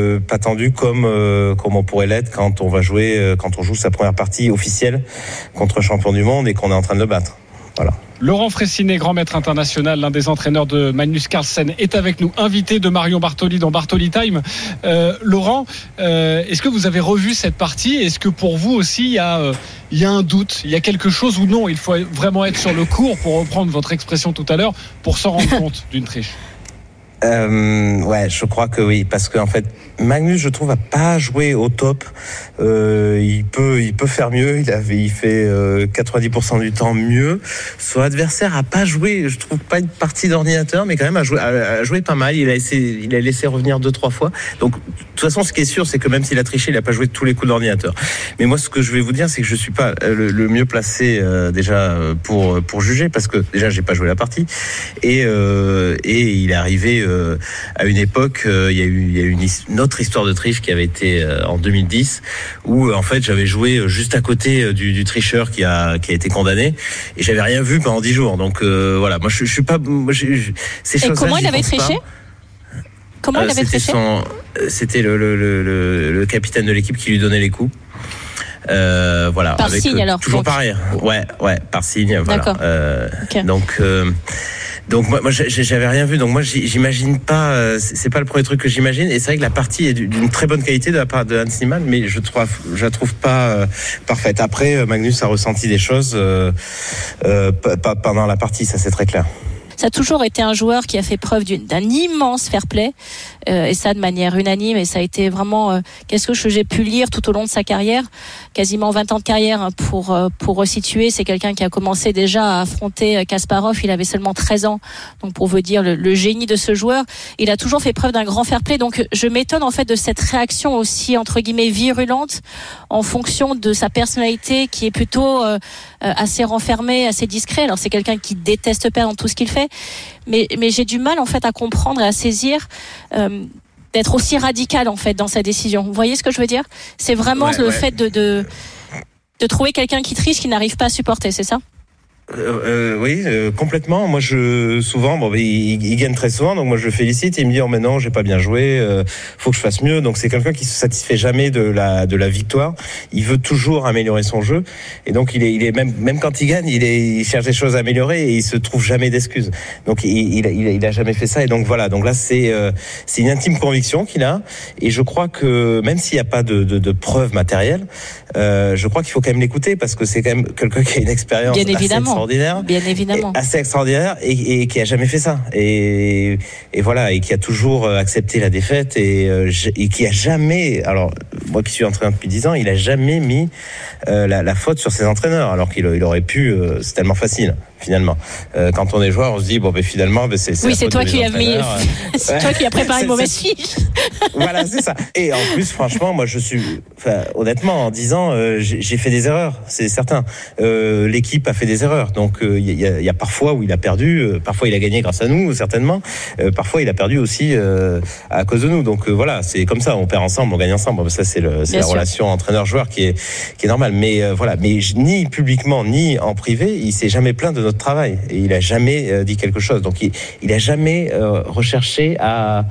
comme on pourrait l'être quand on joue sa première partie officielle contre un champion du monde et qu'on est en train de le battre. Voilà. Laurent Fressinet, grand maître international, l'un des entraîneurs de Magnus Carlsen, est avec nous, invité de Marion Bartoli dans Bartoli Time. Laurent, est-ce que vous avez revu cette partie? Est-ce que pour vous aussi, il y a un doute, il y a quelque chose ou non? Il faut vraiment être sur le court, pour reprendre votre expression tout à l'heure, pour s'en rendre compte d'une triche. Ouais, je crois que oui, parce qu'en fait, Magnus, je trouve, a pas joué au top. Il peut faire mieux. Il fait 90% du temps mieux. Son adversaire a pas joué, je trouve, pas une partie d'ordinateur, mais quand même a joué pas mal. Il a laissé revenir 2-3 fois. Donc, de toute façon, ce qui est sûr, c'est que même s'il a triché, il a pas joué tous les coups d'ordinateur. Mais moi, ce que je vais vous dire, c'est que je suis pas le mieux placé déjà pour juger, parce que déjà, j'ai pas joué la partie, et il est arrivé à une époque, il y a eu une autre histoire de triche qui avait été en 2010, où en fait j'avais joué juste à côté du tricheur qui a été condamné, et j'avais rien vu pendant 10 jours. Donc voilà, moi je suis pas. Ces choses-là, comment il avait triché? Comment il avait triché? C'était le capitaine de l'équipe qui lui donnait les coups. Voilà. Par avec, signe alors. Toujours par rire. Ouais, par signe. D'accord. Voilà. Okay. Donc moi j'avais rien vu, donc moi j'imagine pas, c'est pas le premier truc que j'imagine, et c'est vrai que la partie est d'une très bonne qualité de la part de Hans Niemann, mais je la trouve pas parfaite. Après, Magnus a ressenti des choses pendant la partie, ça c'est très clair. Ça a toujours été un joueur qui a fait preuve d'un immense fair play, et ça de manière unanime, et ça a été vraiment qu'est-ce que j'ai pu lire tout au long de sa carrière, quasiment 20 ans de carrière, hein, pour resituer. C'est quelqu'un qui a commencé déjà à affronter Kasparov, il avait seulement 13 ans, donc pour vous dire le génie de ce joueur. Il a toujours fait preuve d'un grand fair play, donc je m'étonne en fait de cette réaction aussi entre guillemets virulente en fonction de sa personnalité qui est plutôt assez renfermée, assez discret. Alors c'est quelqu'un qui déteste perdre dans tout ce qu'il fait, mais j'ai du mal en fait à comprendre et à saisir d'être aussi radical en fait dans sa décision. Vous voyez ce que je veux dire? C'est vraiment fait de trouver quelqu'un qui triche, qui n'arrive pas à supporter, c'est ça? Oui, complètement. Moi, souvent, il gagne très souvent, donc moi je le félicite. Et il me dit, oh mais non, j'ai pas bien joué, faut que je fasse mieux. Donc c'est quelqu'un qui se satisfait jamais de la victoire. Il veut toujours améliorer son jeu, et donc il est même quand il gagne, il cherche des choses à améliorer et il se trouve jamais d'excuses. Donc il a jamais fait ça. Et donc voilà. Donc là c'est une intime conviction qu'il a, et je crois que même s'il n'y a pas de preuves matérielles, je crois qu'il faut quand même l'écouter, parce que c'est quand même quelqu'un qui a une expérience extraordinaire, bien évidemment, assez extraordinaire, et qui a jamais fait ça, et voilà, et qui a toujours accepté la défaite, et qui a jamais, alors moi qui suis entraîneur depuis 10 ans, il a jamais mis la faute sur ses entraîneurs, alors qu'il aurait pu. C'est tellement facile finalement. Quand on est joueur, on se dit finalement c'est oui, c'est toi qui as mis, c'est toi qui as préparé une mauvaise fiche. Voilà, c'est ça. Et en plus, franchement, moi honnêtement, en 10 ans, j'ai fait des erreurs, c'est certain. L'équipe a fait des erreurs, donc il y a parfois où il a perdu, parfois il a gagné grâce à nous, certainement. Parfois il a perdu aussi à cause de nous. Donc voilà, c'est comme ça, on perd ensemble, on gagne ensemble. Ça c'est la relation entraîneur-joueur qui est normale. Mais voilà, mais ni publiquement ni en privé, il s'est jamais plaint de notre travail, et il a jamais dit quelque chose. Donc il a jamais recherché à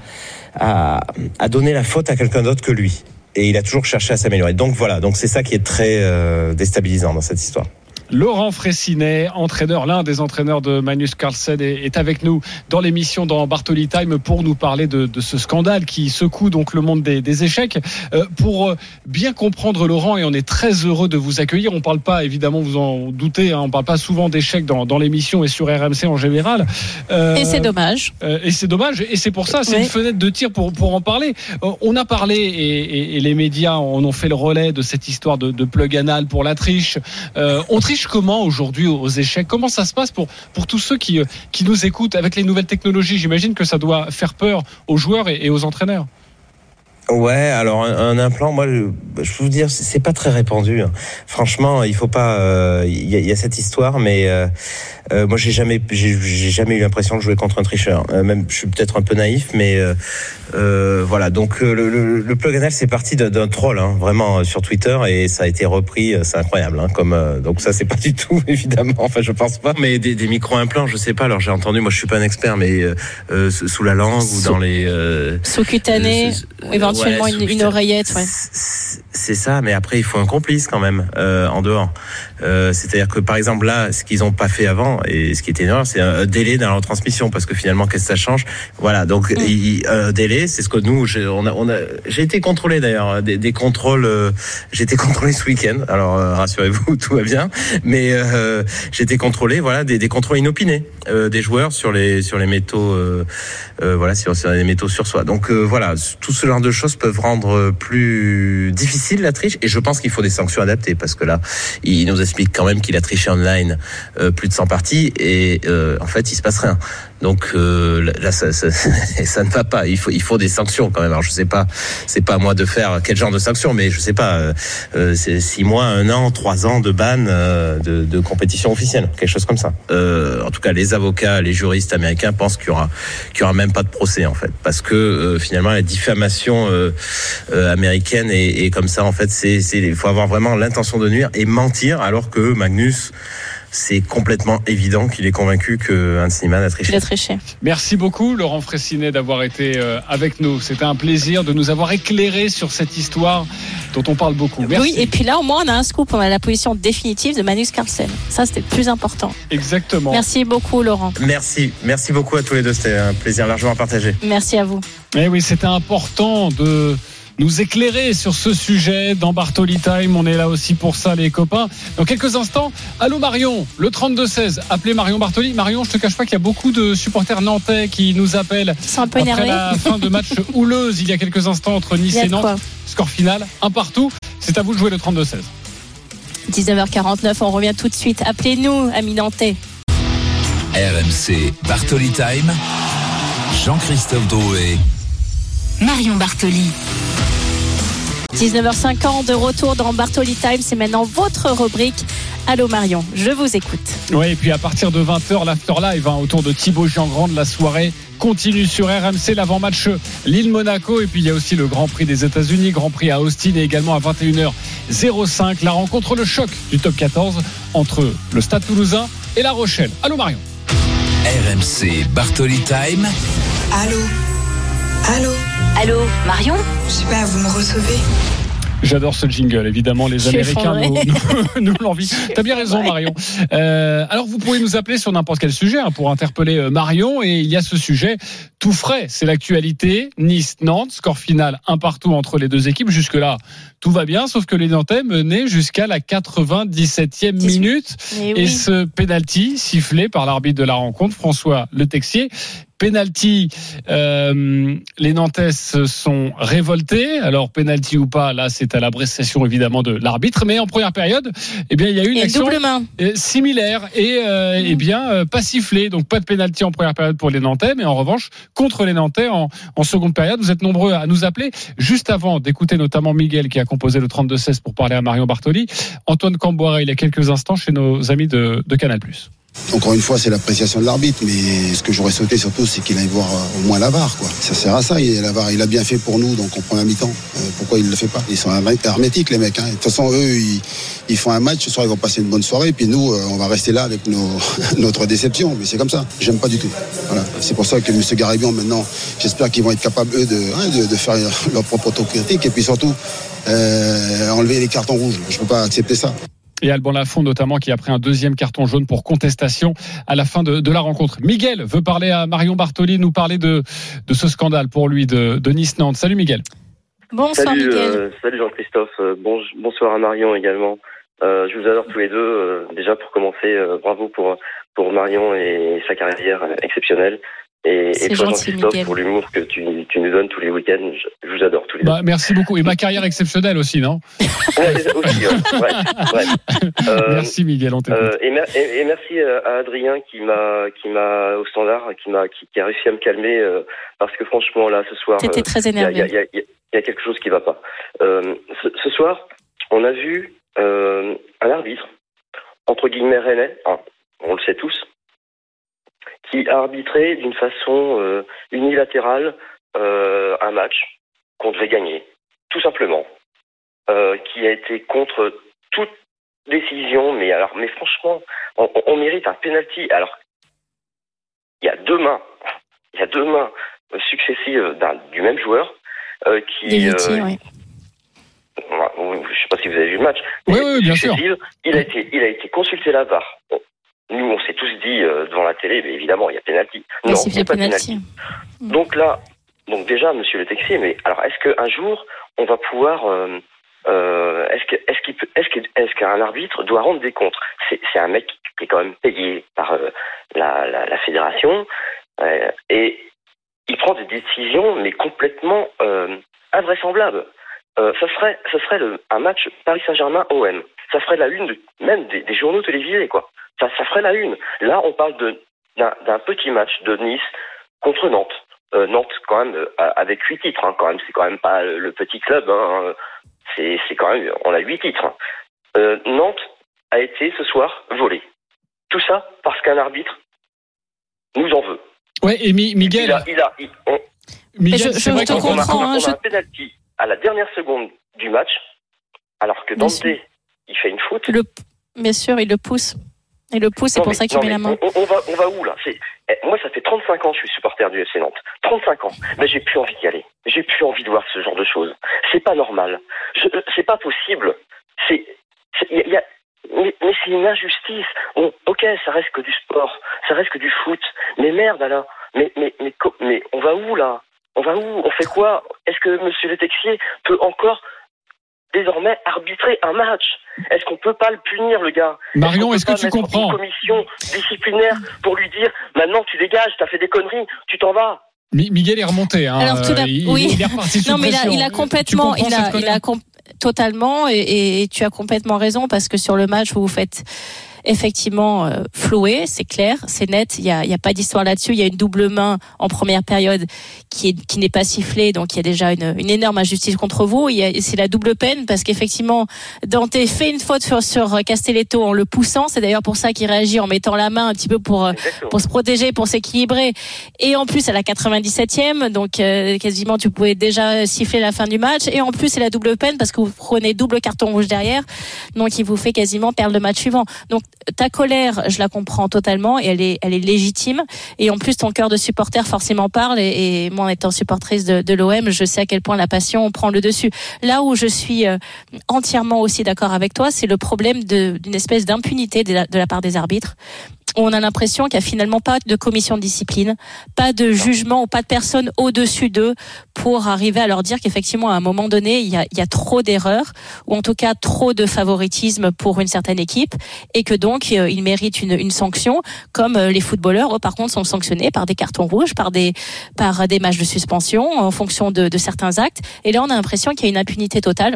donner la faute à quelqu'un d'autre que lui, et il a toujours cherché à s'améliorer. Donc voilà, donc c'est ça qui est très déstabilisant dans cette histoire. Laurent Fraissinet, entraîneur, l'un des entraîneurs de Magnus Carlsen, est avec nous dans l'émission dans Bartoli Time pour nous parler de ce scandale qui secoue donc le monde des échecs. Pour bien comprendre, Laurent, et on est très heureux de vous accueillir. On parle pas, évidemment, vous en doutez, on parle pas souvent d'échecs dans l'émission et sur RMC en général. Et c'est dommage. Et c'est dommage. Et c'est pour ça, c'est une fenêtre de tir pour en parler. On a parlé, et les médias en ont fait le relais de cette histoire de plug anal pour la triche. On triche comment aujourd'hui aux échecs? Comment ça se passe pour tous ceux qui nous écoutent avec les nouvelles technologies? J'imagine que ça doit faire peur aux joueurs et aux entraîneurs. Ouais, alors un implant, moi, je peux vous dire, c'est pas très répandu. Franchement, il faut pas. Il y a cette histoire, mais moi, j'ai jamais eu l'impression de jouer contre un tricheur. Même, je suis peut-être un peu naïf, mais voilà. Donc le plug anal, c'est parti d'un troll, vraiment sur Twitter, et ça a été repris. C'est incroyable, donc ça, c'est pas du tout évidemment. Enfin, je pense pas. Mais des micro-implants, je sais pas. Alors j'ai entendu. Moi, je suis pas un expert, mais sous la langue ou dans les sous-cutanés. Éventuellement une oreillette, c'est ça, mais après il faut un complice quand même en dehors. C'est-à-dire que par exemple là, ce qu'ils n'ont pas fait avant et ce qui était énorme, c'est un délai dans la retransmission parce que finalement qu'est-ce que ça change. Voilà, donc un délai, c'est ce que nous, j'ai été contrôlé d'ailleurs, des contrôles. J'ai été contrôlé ce week-end. Alors rassurez-vous, tout va bien. Mais j'ai été contrôlé, voilà, des contrôles inopinés des joueurs sur les métaux, voilà, sur les métaux sur soi. Donc voilà, tout ce genre de choses peuvent rendre plus difficile la triche. Et je pense qu'il faut des sanctions adaptées parce que là, il nous explique quand même qu'il a triché online plus de 100 parties et en fait, il se passe rien. Donc là, ça ne va pas. Il faut des sanctions quand même. Alors je sais pas, c'est pas à moi de faire quel genre de sanctions, mais je sais pas, c'est 6 mois, 1 an, 3 ans de ban de compétition officielle, quelque chose comme ça. En tout cas, les avocats, les juristes américains pensent qu'il y aura même pas de procès en fait, parce que finalement la diffamation américaine est comme ça en fait. Il faut avoir vraiment l'intention de nuire et mentir, alors que Magnus, c'est complètement évident qu'il est convaincu que Hans Niemann a triché. Il a triché. Merci beaucoup Laurent Fraissinet d'avoir été avec nous. C'était un plaisir de nous avoir éclairé sur cette histoire dont on parle beaucoup. Merci. Oui, et puis là au moins on a un scoop, on a la position définitive de Magnus Carlsen. Ça c'était le plus important. Exactement. Merci beaucoup Laurent. Merci beaucoup à tous les deux, c'était un plaisir largement partagé. Merci à vous. Eh oui, c'était important de nous éclairer sur ce sujet dans Bartoli Time. On est là aussi pour ça, les copains. Dans quelques instants, allô Marion, le 32-16. Appelez Marion Bartoli. Marion, je te cache pas qu'il y a beaucoup de supporters nantais qui nous appellent après la fin de match houleuse il y a quelques instants entre Nice et Nantes. Score final, 1-1. C'est à vous de jouer le 32-16. 19h49, on revient tout de suite. Appelez-nous, amis nantais. RMC Bartoli Time. Jean-Christophe Drouet. Marion Bartoli. 19h50 de retour dans Bartoli Time. C'est maintenant votre rubrique. Allô Marion, je vous écoute. Oui, et puis à partir de 20h, l'after live autour de Thibaut Giangrande, la soirée continue sur RMC, l'avant-match Lille-Monaco. Et puis il y a aussi le Grand Prix des États-Unis, Grand Prix à Austin, et également à 21h05, la rencontre, le choc du top 14 entre le Stade Toulousain et La Rochelle. Allô Marion. RMC Bartoli Time. Allô, Marion? Je sais pas, vous me recevez? J'adore ce jingle, évidemment, les Américains nous l'envient. T'as bien raison, Marion. Alors, vous pouvez nous appeler sur n'importe quel sujet pour interpeller Marion. Et il y a ce sujet tout frais, c'est l'actualité. Nice-Nantes, score final 1-1 entre les deux équipes. Jusque-là, tout va bien, sauf que les Nantais menaient jusqu'à la 97e minute. Et ce pénalty sifflé par l'arbitre de la rencontre, François Le Texier. Penalty, les Nantais se sont révoltés. Alors penalty ou pas, là c'est à l'appréciation évidemment de l'arbitre. Mais en première période, eh bien il y a eu une action similaire et pas sifflée. Donc pas de penalty en première période pour les Nantais, mais en revanche contre les Nantais en seconde période. Vous êtes nombreux à nous appeler. Juste avant d'écouter notamment Miguel qui a composé le 32-16 pour parler à Marion Bartoli, Antoine Camboire il y a quelques instants chez nos amis de Canal+. Encore une fois, c'est l'appréciation de l'arbitre, mais ce que j'aurais souhaité surtout, c'est qu'il aille voir au moins la VAR, quoi. Ça sert à ça, la VAR, il a bien fait pour nous, donc on prend un mi-temps. Pourquoi il ne le fait pas? Ils sont hermétiques, les mecs, hein. De toute façon, eux, ils font un match, ce soir, ils vont passer une bonne soirée, puis nous, on va rester là avec notre déception, mais c'est comme ça. J'aime pas du tout. Voilà. C'est pour ça que M. Garibian, maintenant, j'espère qu'ils vont être capables, eux, de faire leur propre autocritique, et puis surtout, enlever les cartons rouges. Je peux pas accepter ça. Et Alban Lafont notamment qui a pris un deuxième carton jaune pour contestation à la fin de la rencontre. Miguel veut parler à Marion Bartoli, nous parler de ce scandale pour lui de Nice-Nantes. Salut Miguel. Bonsoir Miguel. Salut Jean-Christophe. Bonsoir à Marion également. Je vous adore tous les deux. Déjà pour commencer, bravo pour Marion et sa carrière exceptionnelle. Et toi Jean-Christophe, Miguel, pour l'humour que tu nous donnes tous les week-ends, je vous adore tous les deux. Merci beaucoup. Et ma carrière exceptionnelle aussi, non? Aussi, ouais. Merci Miguel, on t'écoute. Et merci à Adrien qui m'a au standard, qui a réussi à me calmer, parce que franchement là ce soir, t'étais très énervé. Il y a quelque chose qui va pas. Ce soir, on a vu un arbitre entre guillemets rennais, on le sait tous, qui a arbitré d'une façon unilatérale un match qu'on devait gagner, tout simplement, qui a été contre toute décision, mais franchement, on mérite un penalty. Alors, il y a deux mains successives du même joueur qui. sais pas si vous avez vu le match. Oui, bien sûr. Il a été consulté la VAR. Bon, nous, on s'est tous dit devant la télé, mais évidemment, il y a pénalty. Non, il n'y a pas de pénalty. Donc là, déjà, monsieur Le Texier, mais alors est-ce qu'un jour, on va pouvoir... est-ce qu'un arbitre doit rendre des comptes ? C'est un mec qui est quand même payé par la fédération et il prend des décisions mais complètement invraisemblables. Ça serait un match Paris Saint-Germain-OM. Ça ferait la une même des journaux télévisés, quoi. Ça ferait la une. Là, on parle d'un petit match de Nice contre Nantes. Nantes, quand même, avec 8 titres, hein, quand même. C'est quand même pas le petit club, hein. C'est quand même, on a 8 titres. Nantes a été ce soir volé. Tout ça parce qu'un arbitre nous en veut. Ouais, et Miguel. Miguel, c'est vrai qu'on a un penalty à la dernière seconde du match, alors que Dante, il fait une faute. Bien sûr, il le pousse. C'est pour ça qu'il met la main. On va où là ? Moi, ça fait 35 ans que je suis supporter du FC Nantes. 35 ans. Mais j'ai plus envie d'y aller. J'ai plus envie de voir ce genre de choses. C'est pas normal. C'est pas possible. Mais c'est une injustice. Ok, ça reste que du sport. Ça reste que du foot. Mais merde, alors. Mais on va où là ? On va où ? On fait quoi ? Est-ce que monsieur Le Texier peut encore désormais arbitrer un match ? Est-ce qu'on peut pas le punir, le gars ? Marion, est-ce que tu comprends ? Une commission disciplinaire pour lui dire maintenant tu dégages, t'as fait des conneries, tu t'en vas. Miguel est remonté. Hein. Alors il est reparti sous pression. Il a complètement, totalement, et tu as complètement raison parce que sur le match vous faites effectivement floué, c'est clair, c'est net, il y a pas d'histoire là-dessus. Il y a une double main en première période qui n'est pas sifflée, donc il y a déjà une énorme injustice contre vous. C'est la double peine parce qu'effectivement Dante fait une faute sur Castelletto en le poussant. C'est d'ailleurs pour ça qu'il réagit en mettant la main un petit peu pour se protéger, pour s'équilibrer. Et en plus à la 97e, donc quasiment tu pouvais déjà siffler la fin du match. Et en plus c'est la double peine parce que vous prenez double carton rouge derrière, donc il vous fait quasiment perdre le match suivant. Donc ta colère, je la comprends totalement et elle est légitime. Et en plus, ton cœur de supporter forcément parle. Et moi, en étant supportrice de l'OM, je sais à quel point la passion prend le dessus. Là où je suis entièrement aussi d'accord avec toi, c'est le problème d'une espèce d'impunité de la part des arbitres. On a l'impression qu'il n'y a finalement pas de commission de discipline, pas de jugement ou pas de personne au-dessus d'eux pour arriver à leur dire qu'effectivement, à un moment donné, il y a trop d'erreurs ou en tout cas trop de favoritisme pour une certaine équipe et que donc, ils méritent une sanction comme les footballeurs, eux, par contre, sont sanctionnés par des cartons rouges, par des matchs de suspension en fonction de certains actes. Et là, on a l'impression qu'il y a une impunité totale.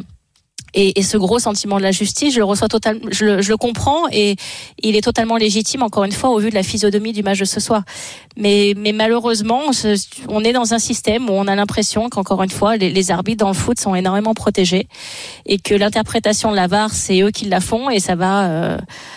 Et ce gros sentiment de la justice, je le reçois totalement, je le comprends et il est totalement légitime, encore une fois, au vu de la physionomie du match de ce soir. Mais malheureusement, on est dans un système où on a l'impression qu'encore une fois, les arbitres dans le foot sont énormément protégés et que l'interprétation de la VAR, c'est eux qui la font et ça va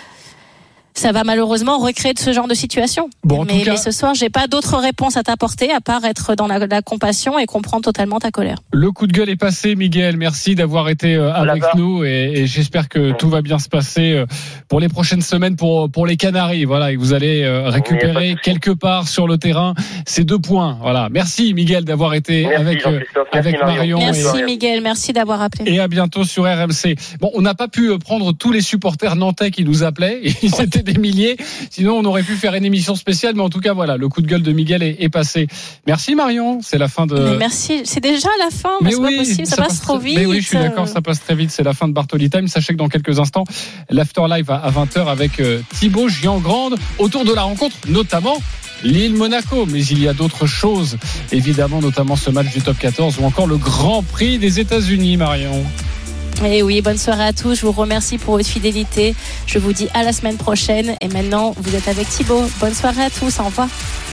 malheureusement recréer de ce genre de situation. Mais ce soir, j'ai pas d'autre réponse à t'apporter à part être dans la compassion et comprendre totalement ta colère. Le coup de gueule est passé, Miguel. Merci d'avoir été avec nous et j'espère que tout va bien se passer pour les prochaines semaines pour les Canaries. Voilà, et vous allez récupérer quelque part sur le terrain ces 2 points. Voilà. Merci, Miguel, d'avoir été avec Marion. Merci, Miguel. Merci d'avoir appelé. Et à bientôt sur RMC. Bon, on n'a pas pu prendre tous les supporters nantais qui nous appelaient. Ils étaient des milliers. Sinon, on aurait pu faire une émission spéciale. Mais en tout cas, voilà, le coup de gueule de Miguel est passé. Merci, Marion. C'est la fin de... Mais merci. C'est déjà la fin. Mais c'est pas possible. Ça passe trop vite. Mais oui, je suis d'accord. Ça passe très vite. C'est la fin de Bartoli Time. Sachez que dans quelques instants, l'Afterlife à 20h avec Thibaut Giangrande autour de la rencontre, notamment Lille-Monaco. Mais il y a d'autres choses, évidemment, notamment ce match du Top 14 ou encore le Grand Prix des États-Unis, Marion. Et oui, bonne soirée à tous. Je vous remercie pour votre fidélité. Je vous dis à la semaine prochaine. Et maintenant, vous êtes avec Thibaut. Bonne soirée à tous. Au revoir.